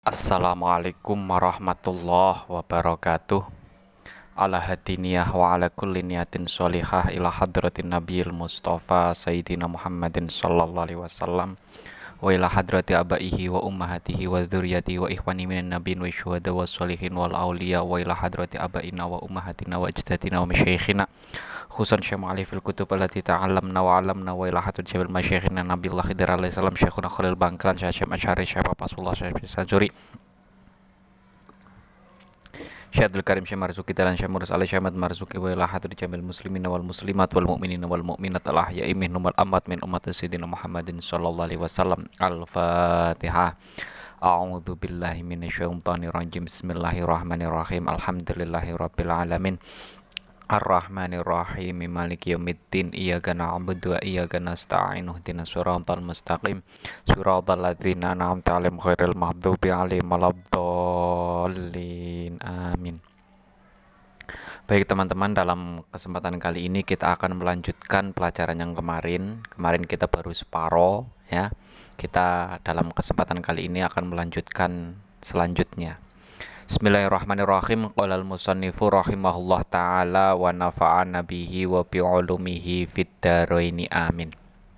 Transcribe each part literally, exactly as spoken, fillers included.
Assalamualaikum warahmatullahi wabarakatuh. Ala hadiniyah wa ala kulli niyatin sholihah ila hadratin nabiyil mustafa sayyidina Muhammadin sallallahu alaihi wasallam wa ila hadrati abaihi wa ummahatihi wa dzurriyyatihi wa ikhwani minan nabiyyin wa syuhada wa sholihin wal auliya wa ila hadrati abaina wa ummahatina wa ajdatina wa masyayikhina khususan Syekh Ali fil kutub allati ta'allamna wa 'allamna wa ila hadrati jabil masyayikhina Nabiullah Khidir alaihi salam Syekhuna Khalil Bangkran Syekh Asy'ari Syekh Papasullah Syekh Sajuri Syekh Abdul Karim Syekh Marzuki Dalan Syekh Murus Ali Syekh Ahmad Marzuki wa ila hadrati jamil muslimin wal muslimat wal mu'minina wal mu'minat al ahya'i minhum wal amwat min ummati sayyidina Muhammadin sallallahu alaihi wasallam. Al-Fatihah. A'udzu billahi minasyaitonir rajim. Bismillahirrahmanirrahim. Alhamdulillahirabbil alamin. Ar-Rahmanir Rahim. Maliki yaumiddin. Iyyaka na'budu wa iyyaka nasta'in. Ihdinas siratal mustaqim. Siratal ladzina an'amta 'alaihim ghairil maghdubi 'alaihim waladdallin. Amin. Baik teman-teman, dalam kesempatan kali ini kita akan melanjutkan pelajaran yang kemarin. Kemarin kita baru separoh ya. Kita dalam kesempatan kali ini akan melanjutkan selanjutnya. Bismillahirrahmanirrahim. Qala al-musannifu rahimahullah ta'ala wa nafa'ana bihi wa bi 'ulumihi fid dharaini amin.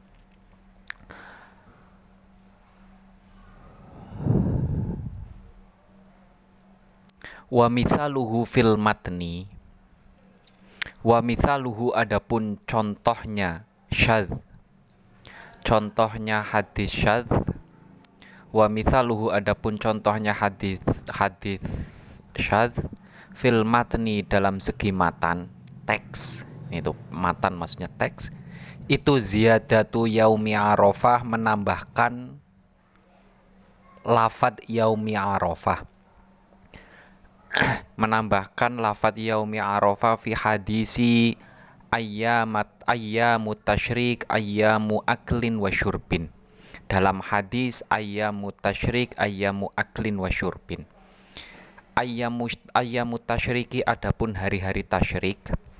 Wa mithaluhu fil matni. Wa mithaluhu adapun contohnya syadz. Contohnya hadis syadz. Wa mithaluhu adapun contohnya hadis hadis syadz fil matni dalam segi matan teks. Itu matan maksudnya teks. Itu ziyadatu yaumi arafah, menambahkan lafadz yaumi arafah. menambahkan lafadz yaumi arafah fi hadisi ayyamat ayyamut tasyrik ayyamu aklin wa syurbin. Dalam hadis ayyamu tasyrik ayyamu aklin wa syurbin. Ayyamu ayyamu tasyriki adapun hari-hari tasyrik.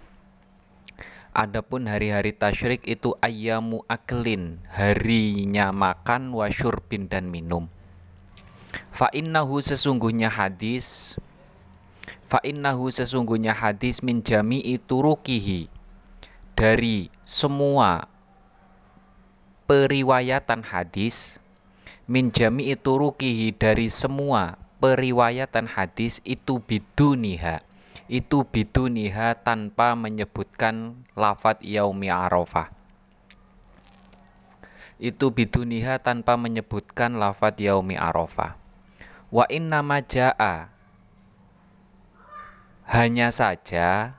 Adapun hari-hari tasyrik itu ayyamu aklin, harinya makan, wa syurbin dan minum. Fa innahu sesungguhnya hadis Fa innahu sesungguhnya hadis min jami'i turukihi, dari semua periwayatan hadis, min jami'i turukihi dari semua periwayatan hadis itu biduniha, itu biduniha tanpa menyebutkan lafadz yaumi arafah. Itu biduniha tanpa menyebutkan lafadz yaumi arafah. Wa inna ma jaa, hanya saja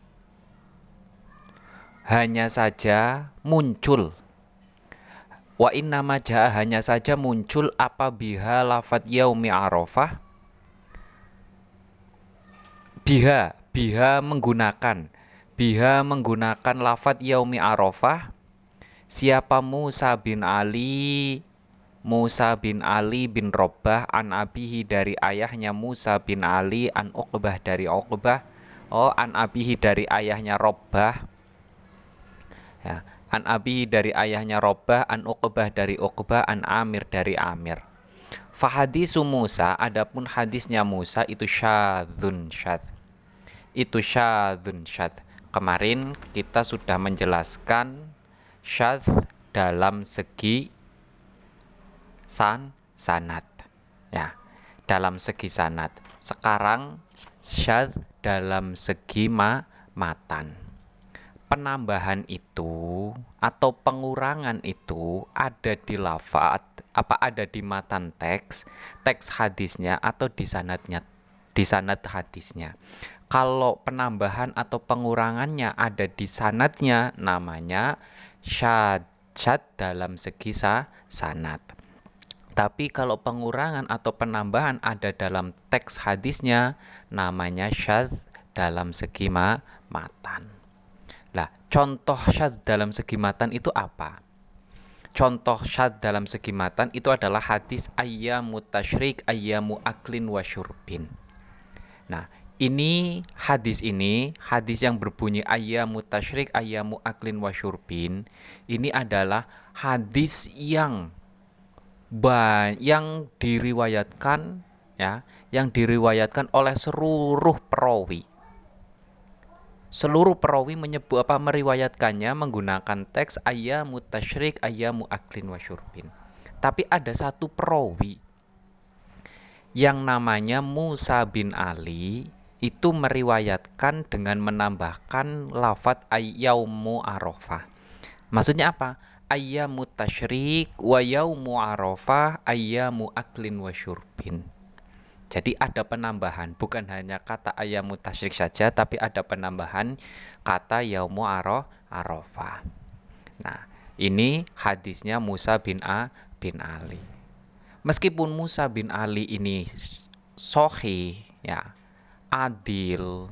hanya saja muncul wa inna ma jaa hanya saja muncul apa biha lafadz yaumi arafah, biha biha menggunakan biha menggunakan lafadz yaumi arafah siapa Musa bin Ali Musa bin Ali bin Robbah an abihi dari ayahnya Musa bin Ali an Uqbah dari Uqbah oh an abihi dari ayahnya Robbah ya, an abihi dari ayahnya Robbah an Uqbah dari Uqbah an Amir dari Amir. Fahadisu Musa adapun hadisnya Musa itu syadzun syadz. Itu syadzun syadz. Kemarin kita sudah menjelaskan syadz dalam segi san sanad ya, dalam segi sanad. Sekarang syadz dalam segi ma matan. Penambahan itu atau pengurangan itu ada di lafadz, apa ada di matan teks, teks hadisnya atau di sanadnya, di sanad hadisnya. Kalau penambahan atau pengurangannya ada di sanadnya, namanya syadz, syadz dalam segi sa sanad. Tapi kalau pengurangan atau penambahan ada dalam teks hadisnya, namanya syadz dalam segi ma matan. Lah, contoh syadz dalam segi matan itu apa? Contoh syadz dalam segi matan itu adalah hadis ayyamu tasyrik ayyamu aklin wa syurbin. Nah, ini hadis ini, hadis yang berbunyi ayyamu tasyrik ayyamu aklin wa syurbin, ini adalah hadis yang yang diriwayatkan ya, yang diriwayatkan oleh seluruh perawi. Seluruh perawi menyebut apa meriwayatkannya menggunakan teks ayyamu tasyrik ayyamu aklin wa syurbin. Tapi ada satu perawi yang namanya Musa bin Ali itu meriwayatkan dengan menambahkan lafadz ayyaumu arafah. Maksudnya apa? Ayyamu tasyrik wa yaumu arafah ayyamu aklin wa syurbin. Jadi ada penambahan, bukan hanya kata ayyamu tasyrik saja, tapi ada penambahan kata yaumu arafah. Nah, ini hadisnya Musa bin A bin Ali. Meskipun Musa bin Ali ini sahih, ya, adil,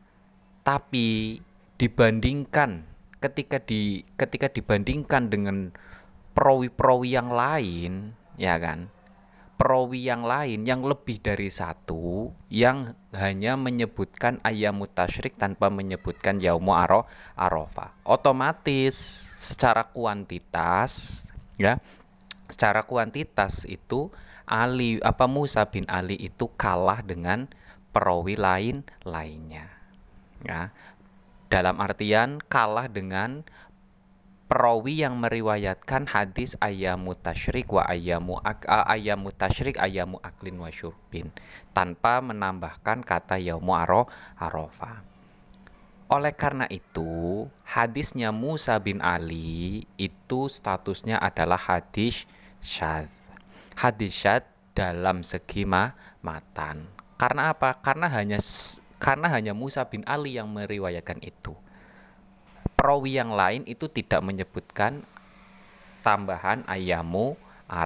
tapi dibandingkan ketika di ketika dibandingkan dengan perawi-perawi yang lain, ya kan? Perawi yang lain yang lebih dari satu yang hanya menyebutkan ayyamu tasyrik tanpa menyebutkan yaumu arafah. Otomatis secara kuantitas, ya, secara kuantitas itu Ali apa Musa bin Ali itu kalah dengan perawi lain lainnya. Ya. Dalam artian kalah dengan perawi yang meriwayatkan hadis ayyamu tasyrik wa ayyamu ak, ayyamu tasyrik ayyamu aklin wa syurbin tanpa menambahkan kata yaumu arafah. Oleh karena itu, hadisnya Musa bin Ali itu statusnya adalah hadis syadz. Hadis syadz dalam segi matan. Karena apa? Karena hanya karena hanya Musa bin Ali yang meriwayatkan itu. Perawi yang lain itu tidak menyebutkan tambahan ayyamu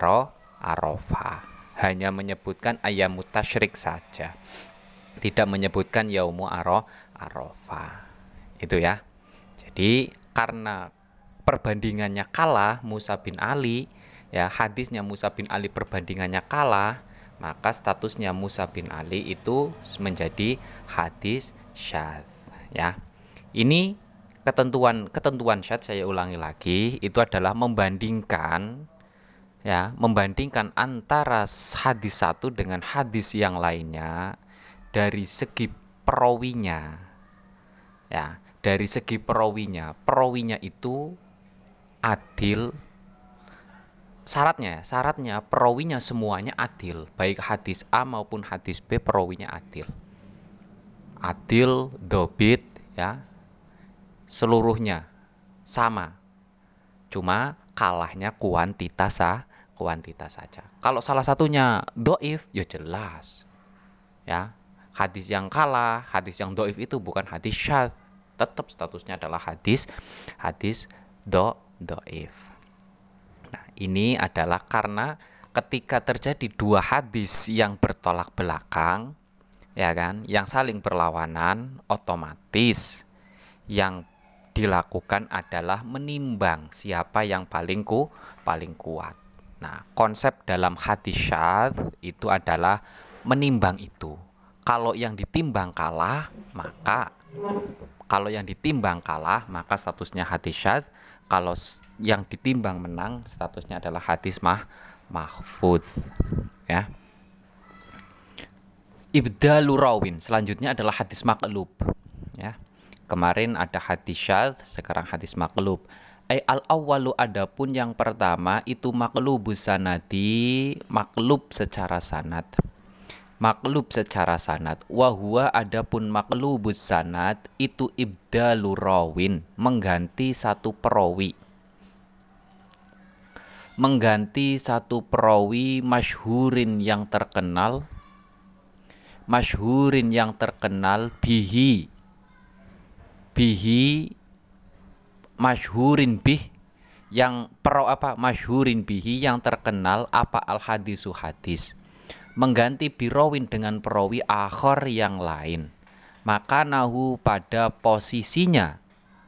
arafah, hanya menyebutkan ayyamu tasyrik saja, tidak menyebutkan yaumu arafah. Itu ya. Jadi karena perbandingannya kalah Musa bin Ali, ya, hadisnya Musa bin Ali perbandingannya kalah, maka statusnya Musa bin Ali itu menjadi hadis syadz, ya. Ini ketentuan ketentuan syadz, saya ulangi lagi, itu adalah membandingkan, ya, membandingkan antara hadis satu dengan hadis yang lainnya dari segi perawinya. Ya, dari segi perawinya, perawinya itu adil. Syaratnya, syaratnya perawinya semuanya adil, baik hadis A maupun hadis B perawinya adil. Adil, dobit, ya, seluruhnya sama. Cuma kalahnya kuantitas sah, kuantitas saja. Kalau salah satunya doif, ya jelas, ya, hadis yang kalah, hadis yang doif itu bukan hadis syadz, tetap statusnya adalah hadis hadis do doif. Nah, ini adalah karena ketika terjadi dua hadis yang bertolak belakang, ya kan, yang saling berlawanan, otomatis yang dilakukan adalah menimbang siapa yang paling ku paling kuat. Nah, konsep dalam hadis syadz itu adalah menimbang itu. Kalau yang ditimbang kalah, maka kalau yang ditimbang kalah, maka statusnya hadis syadz. Kalau yang ditimbang menang, statusnya adalah hadis mah mahfudz, ya. Ibdalu rawin, selanjutnya adalah hadis maqlub, ya. Kemarin ada hadis syadz, sekarang hadis maqlub. Ai al awwalu, adapun yang pertama itu maqlubus sanadi, maqlub secara sanad. Maqlub secara sanad. Wa huwa, adapun maqlubus sanad itu ibdalu rawin, mengganti satu perawi. Mengganti satu perawi masyhurin yang terkenal, masyhurin yang terkenal bihi bihi masyhurin bih, yang pro apa masyhurin bihi yang terkenal apa al hadisu hadis, mengganti birawin dengan perawi akhor yang lain, maka nahu pada posisinya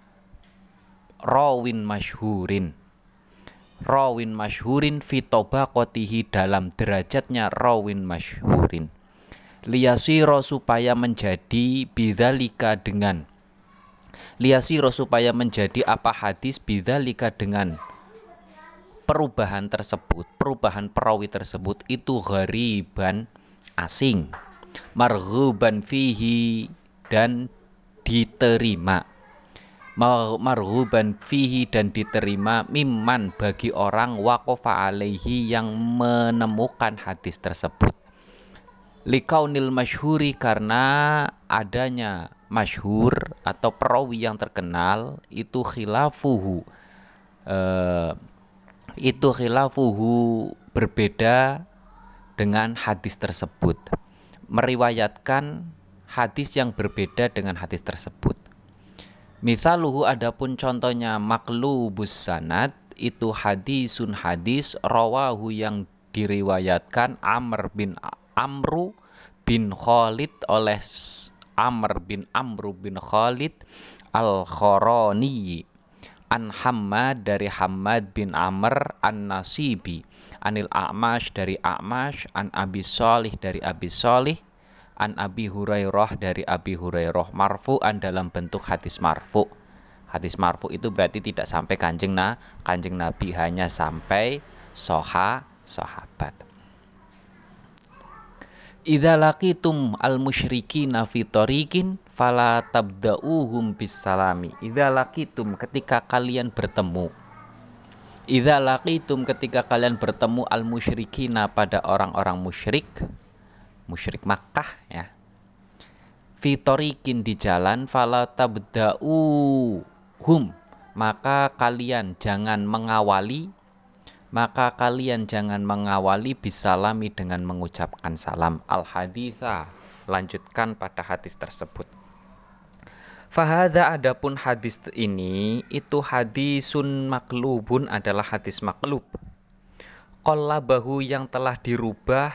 rawin masyhurin, rawin masyhurin fitobaqotihi dalam derajatnya rawin masyhurin, liyasiro supaya menjadi bidzalika dengan liyasiro supaya menjadi apa hadis bidzalika dengan perubahan tersebut, perubahan perawi tersebut itu ghariban asing. Marghuban fihi, dan diterima. Marghuban fihi, dan diterima, mimman, bagi orang waqafa alaihi, yang menemukan hadis tersebut. Likaunil masyhuri, karena adanya masyhur atau perawi yang terkenal itu khilafuhu eh, itu khilafuhu berbeda dengan hadis tersebut, meriwayatkan hadis yang berbeda dengan hadis tersebut. Mithaluhu, adapun contohnya, maklubus sanad, itu hadisun hadis rawahu, yang diriwayatkan Amr bin Amru bin Khalid oleh Amr bin Amru bin Khalid al-Khoroni, an Hammad, dari Hammad bin Amr an-Nasibi, anil A'mash, dari A'mash, an Abi Shalih, dari Abi Shalih, an Abi Hurairah, dari Abi Hurairah, marfu'an, dalam bentuk hadis marfu'. Hadis marfu' itu berarti tidak sampai kanjeng na kanjeng Nabi, hanya sampai soha sahabat. Idza laqitum al-musyrikina fi thoriqin fala tabda'uhum bis salami. Idza laqitum, ketika kalian bertemu. Idza laqitum, ketika kalian bertemu al-musyrikina, pada orang-orang musyrik, musyrik Makkah ya. Fi thoriqin, di jalan, fala tabda'uhum, maka kalian jangan mengawali maka kalian jangan mengawali bisalami, dengan mengucapkan salam. Al-haditha, lanjutkan pada hadis tersebut. Fahadha, adapun hadis ini itu hadisun maklubun, adalah hadis maklub. Qallabahu, yang telah dirubah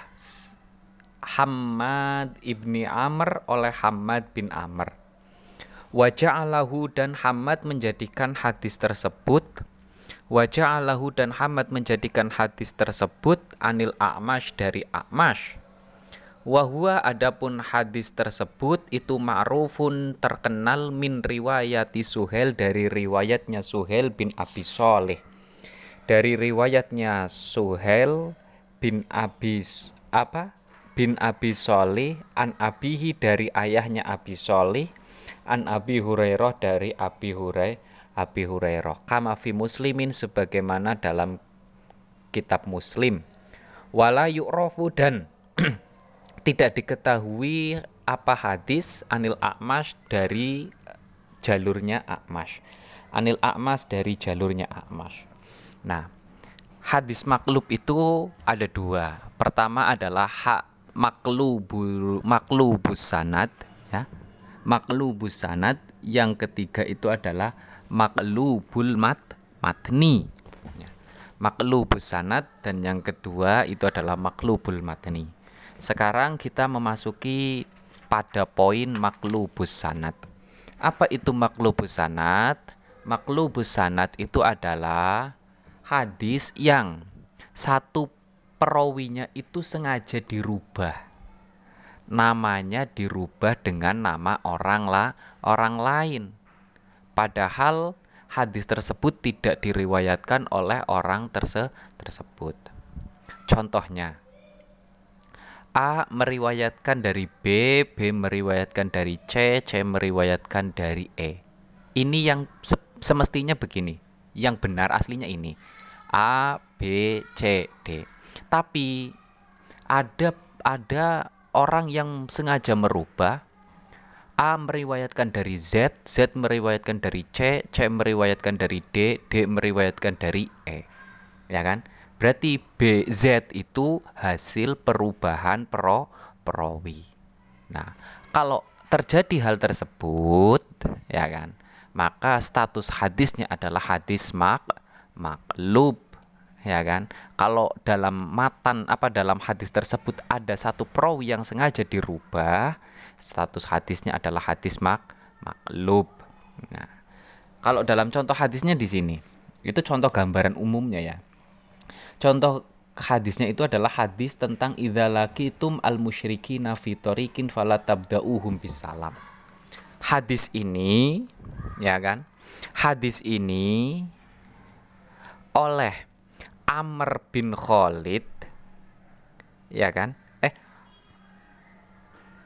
Hammad ibni Amr oleh Hammad bin Amr. Wa ja'alahu, dan Hammad menjadikan hadis tersebut Wa ja'alahu, dan Hammad menjadikan hadis tersebut anil A'mash, dari A'mash. Wa huwa, adapun hadis tersebut itu ma'rufun, terkenal, min riwayati Suhail, dari riwayatnya Suhail bin Abi Shalih. Dari riwayatnya Suhail bin Abi apa? bin Abi Shalih, an abihi, dari ayahnya Abi Shalih, an Abi Hurairah, dari Abi Hurairah Abi Hurairah, kama fi Muslimin, sebagaimana dalam kitab Muslim. Wala yu'rafu, dan tidak diketahui apa hadis anil A'mash, dari jalurnya A'mash. Anil A'mash, dari jalurnya A'mash. Nah, hadis maklub itu ada dua. Pertama adalah hak maklubu maklubus sanad ya. Maklubus sanad, yang ketiga itu adalah maklubul mat matni ya. Maklubus sanad, dan yang kedua itu adalah maklubul matni. Sekarang kita memasuki pada poin maklubus sanad. Apa itu maklubus sanad? Maklubus sanad itu adalah hadis yang satu perawinya itu sengaja dirubah, namanya dirubah dengan nama orang lah orang lain, padahal hadis tersebut tidak diriwayatkan oleh orang terse tersebut. Contohnya, A meriwayatkan dari B, B meriwayatkan dari C, C meriwayatkan dari E. Ini yang se semestinya begini, yang benar aslinya ini A, B, C, D. Tapi ada ada orang yang sengaja merubah. A meriwayatkan dari Z, Z meriwayatkan dari C, C meriwayatkan dari D, D meriwayatkan dari E. Ya kan? Berarti B Z itu hasil perubahan pro perawi. Nah, kalau terjadi hal tersebut, ya kan, maka status hadisnya adalah hadis mak maklub, ya kan. Kalau dalam matan apa dalam hadis tersebut ada satu perawi yang sengaja dirubah, status hadisnya adalah hadis mak maklub. Nah, kalau dalam contoh hadisnya di sini, itu contoh gambaran umumnya ya. Contoh hadisnya itu adalah hadis tentang idza laqitum al-musyrikina fi thoriqin fala tabda'uhum bisalam. Hadis ini, ya kan? Hadis ini oleh Amr bin Khalid, ya kan? Eh,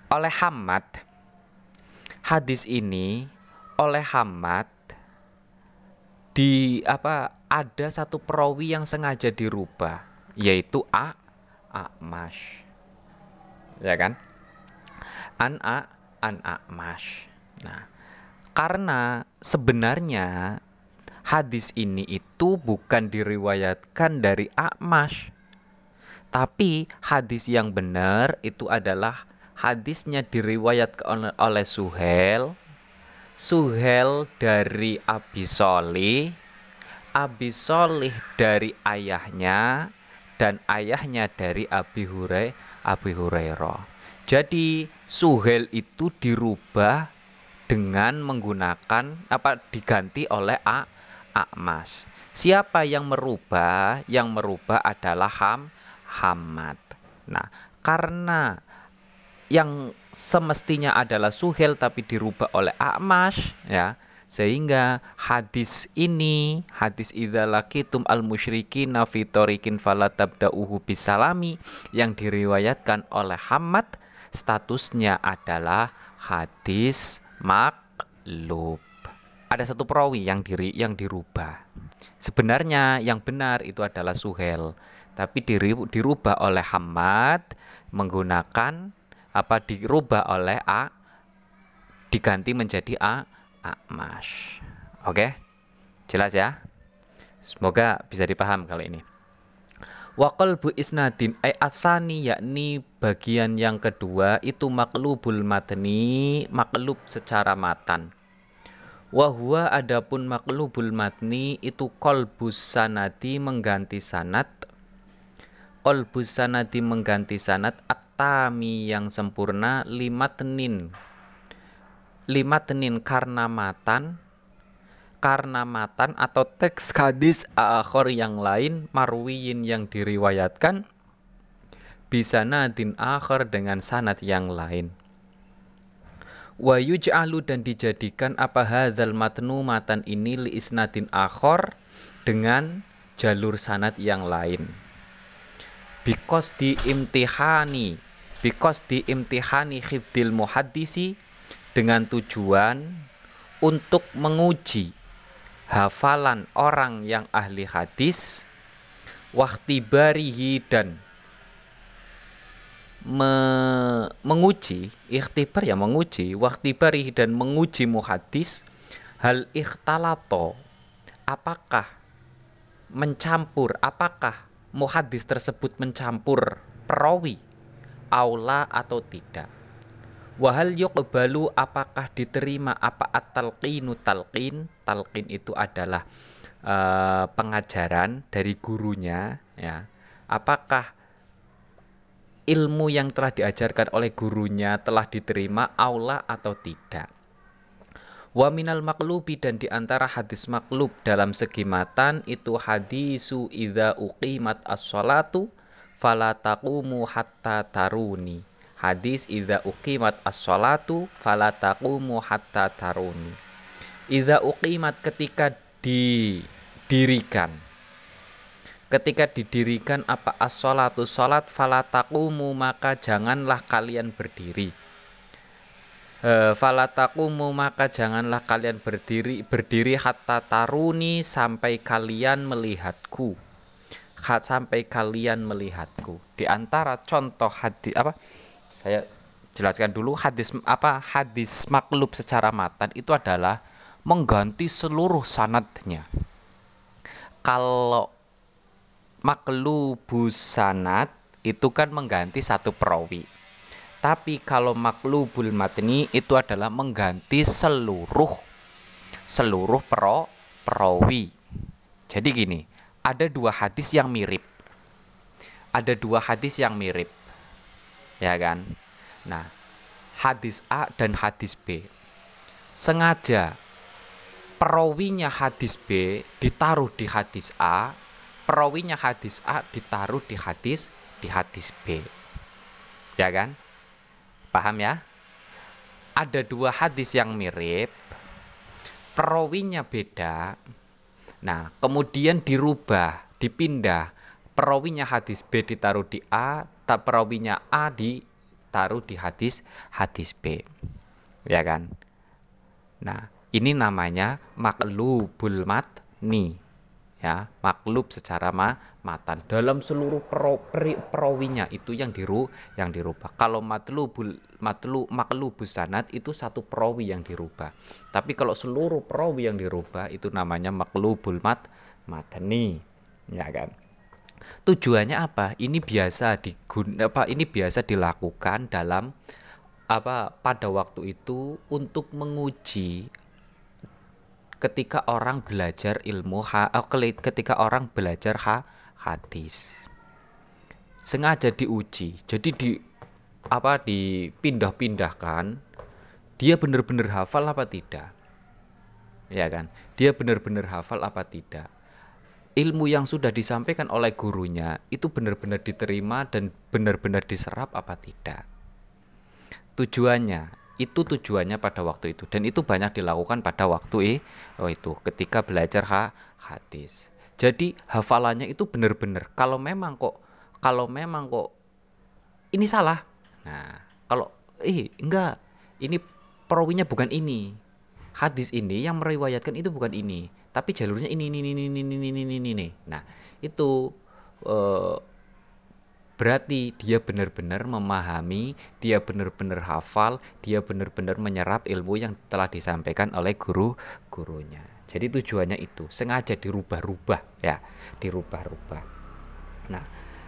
oleh Hammad. Hadis ini oleh Hammad di apa ada satu perawi yang sengaja dirubah, yaitu A A'mash. Ya kan? An A an A'mash. Nah, karena sebenarnya hadis ini itu bukan diriwayatkan dari A'mash, tapi hadis yang benar itu adalah hadisnya diriwayatkan oleh Suhail, Suhail dari Abi Sholih, Abi Sholih dari ayahnya, dan ayahnya dari Abi Hurairah. Abi Hurairah. Jadi Suhail itu dirubah dengan menggunakan apa diganti oleh A A'mash. Siapa yang merubah? Yang merubah adalah Ham Hammad. Nah, karena yang semestinya adalah Suhail tapi dirubah oleh A'mash, ya, sehingga hadis ini, hadis idza laqitum al musyrikina fi tariqin fala tabda'uhu bisalami, yang diriwayatkan oleh Hammad, statusnya adalah hadis maklub. Ada satu perawi yang diri yang dirubah. Sebenarnya yang benar itu adalah Suhail, tapi diri, dirubah oleh Hammad menggunakan apa dirubah oleh A, diganti menjadi A A'mash. Oke, jelas ya? Semoga bisa dipaham kali ini. Wa qalbu isnadin ay atsani, yakni bagian yang kedua itu maklubul matni, maklub secara matan. Wa huwa adapun maklubul matni itu qalbus sanadi, mengganti sanad. Qalbus sanadi mengganti sanad, at-tami yang sempurna, limatnin limatnin karena matan, karena matan atau teks hadis akhir yang lain, marwiyin yang diriwayatkan, bisanadin akhir dengan sanad yang lain. Wa yuj'alu dan dijadikan apa hadzal matnu matan ini li isnadin akhir dengan jalur sanad yang lain. Bikos di imtihani, bikos di imtihani khifdil muhaddisi, dengan tujuan untuk menguji hafalan orang yang ahli hadis, waktibarihi dan me, menguji, ikhtibar ya menguji, waktibarihi dan menguji muhaddis, hal ikhtalato, apakah mencampur, apakah muhaddis tersebut mencampur perawi, aula atau tidak. Wahal yuqbalu, apakah diterima apa at-talqinu talqin. Talqin itu adalah uh, pengajaran dari gurunya, ya. Apakah ilmu yang telah diajarkan oleh gurunya telah diterima aula atau tidak. Wa minal maqlubi, dan diantara hadis maklub dalam segi matan itu hadisu idza uqimat as-sholatu fala taqumu hatta taruni. Hadis idza uqimat as-sholatu fala taqumu hatta taruni. Idza uqimat, ketika didirikan. Ketika didirikan apa as-sholatu salat, fala taqumu maka janganlah kalian berdiri. E, fala taqumu maka janganlah kalian berdiri berdiri hatta taruni, sampai kalian melihatku. Sampai kalian melihatku. Di antara contoh hadis apa? Saya jelaskan dulu hadis apa hadis maklub secara matan itu adalah mengganti seluruh sanadnya. Kalau maklubus sanad itu kan mengganti satu perawi. Tapi kalau maklubul matni itu adalah mengganti seluruh seluruh pro, perawi. Jadi gini, ada dua hadis yang mirip. Ada dua hadis yang mirip. Ya kan? Nah, hadis A dan hadis B. Sengaja perawinya hadis B ditaruh di hadis A, perawinya hadis A ditaruh di hadis di hadis B. Ya kan? Paham ya? Ada dua hadis yang mirip, perawinya beda. Nah, kemudian dirubah, dipindah. Perawinya hadis B ditaruh di A, tak perawinya A di taruh di hadis hadis B. Ya kan? Nah, ini namanya maqlubul matni. Ya, maklub secara ma, matan dalam seluruh pro, peri, perawinya itu yang diru yang dirubah. Kalau matlubul matlu maklubus sanad itu satu perawi yang dirubah. Tapi kalau seluruh perawi yang dirubah itu namanya maklubul mat matni, ya kan? Tujuannya apa? Ini biasa digun apa ini biasa dilakukan dalam apa pada waktu itu untuk menguji ketika orang belajar ilmu ha, ketika orang belajar ha, hadis sengaja diuji, jadi di apa dipindah-pindahkan dia benar-benar hafal apa tidak, ya kan? Dia benar-benar hafal apa tidak, ilmu yang sudah disampaikan oleh gurunya itu benar-benar diterima dan benar-benar diserap apa tidak. Tujuannya itu tujuannya pada waktu itu, dan itu banyak dilakukan pada waktu oh itu ketika belajar ha, hadis. Jadi hafalannya itu benar-benar kalau memang kok kalau memang kok ini salah. Nah, kalau eh enggak, ini perawinya bukan ini. Hadis ini yang meriwayatkan itu bukan ini, tapi jalurnya ini ini ini ini ini ini ini. ini. Nah, itu eh, berarti dia benar-benar memahami, dia benar-benar hafal, dia benar-benar menyerap ilmu yang telah disampaikan oleh guru-gurunya. Jadi tujuannya itu sengaja dirubah-rubah ya, dirubah-rubah. Nah,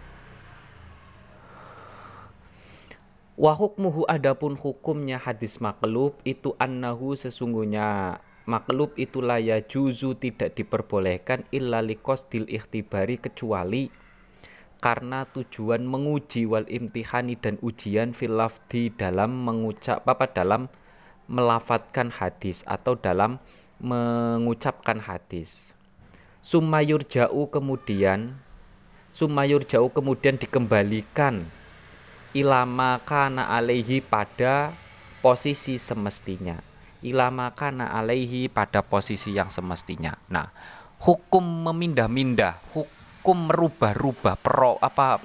wa hukmuhu adapun hukumnya hadis maqlub itu annahu sesungguhnya maqlub itu la yajuzu tidak diperbolehkan illa liqasdil ikhtibari kecuali karena tujuan menguji wal imtihani dan ujian fil lafdi dalam mengucap apa dalam melafatkan hadis atau dalam mengucapkan hadis. Sumayur jauh kemudian sumayur jauh kemudian dikembalikan ilama kana alaihi pada posisi semestinya. Ilama kana alaihi pada posisi yang semestinya. Nah, hukum memindah-mindah, hukum hukum merubah-rubah pro apa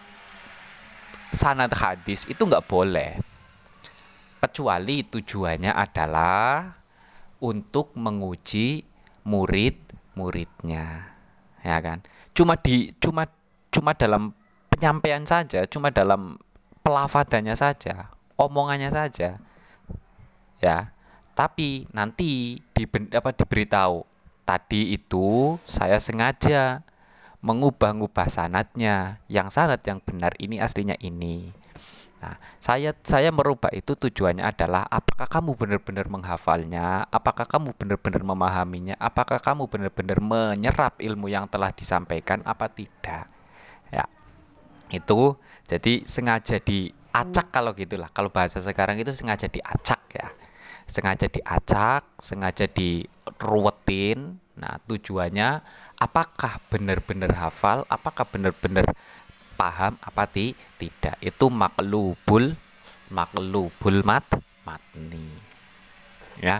sanad hadis itu nggak boleh, kecuali tujuannya adalah untuk menguji murid-muridnya, ya kan? Cuma di cuma cuma dalam penyampaian saja, cuma dalam pelafadannya saja, omongannya saja, ya. Tapi nanti di apa diberitahu tadi itu saya sengaja mengubah-ubah sanadnya, yang sanad yang benar ini aslinya ini. Nah, saya saya merubah itu tujuannya adalah apakah kamu benar-benar menghafalnya, apakah kamu benar-benar memahaminya, apakah kamu benar-benar menyerap ilmu yang telah disampaikan apa tidak. Ya. Itu jadi sengaja diacak kalau gitulah. Kalau bahasa sekarang itu sengaja diacak ya. Sengaja diacak, sengaja diruwetin. Nah, tujuannya apakah benar-benar hafal, apakah benar-benar paham apa ti? tidak. Itu maklubul maklubul mat matni. Ya.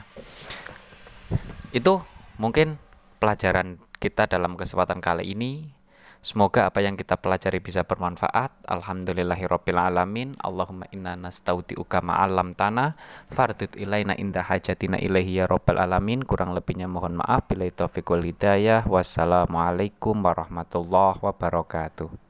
Itu mungkin pelajaran kita dalam kesempatan kali ini. Semoga apa yang kita pelajari bisa bermanfaat. Alhamdulillahirabbil alamin. Allahumma inna nastaudiuka ma'alam tanah fardud ilaina inda hajatina ilaihi ya rabbal alamin. Kurang lebihnya mohon maaf. Billahi taufiq wal hidayah. Wassalamualaikum warahmatullahi wabarakatuh.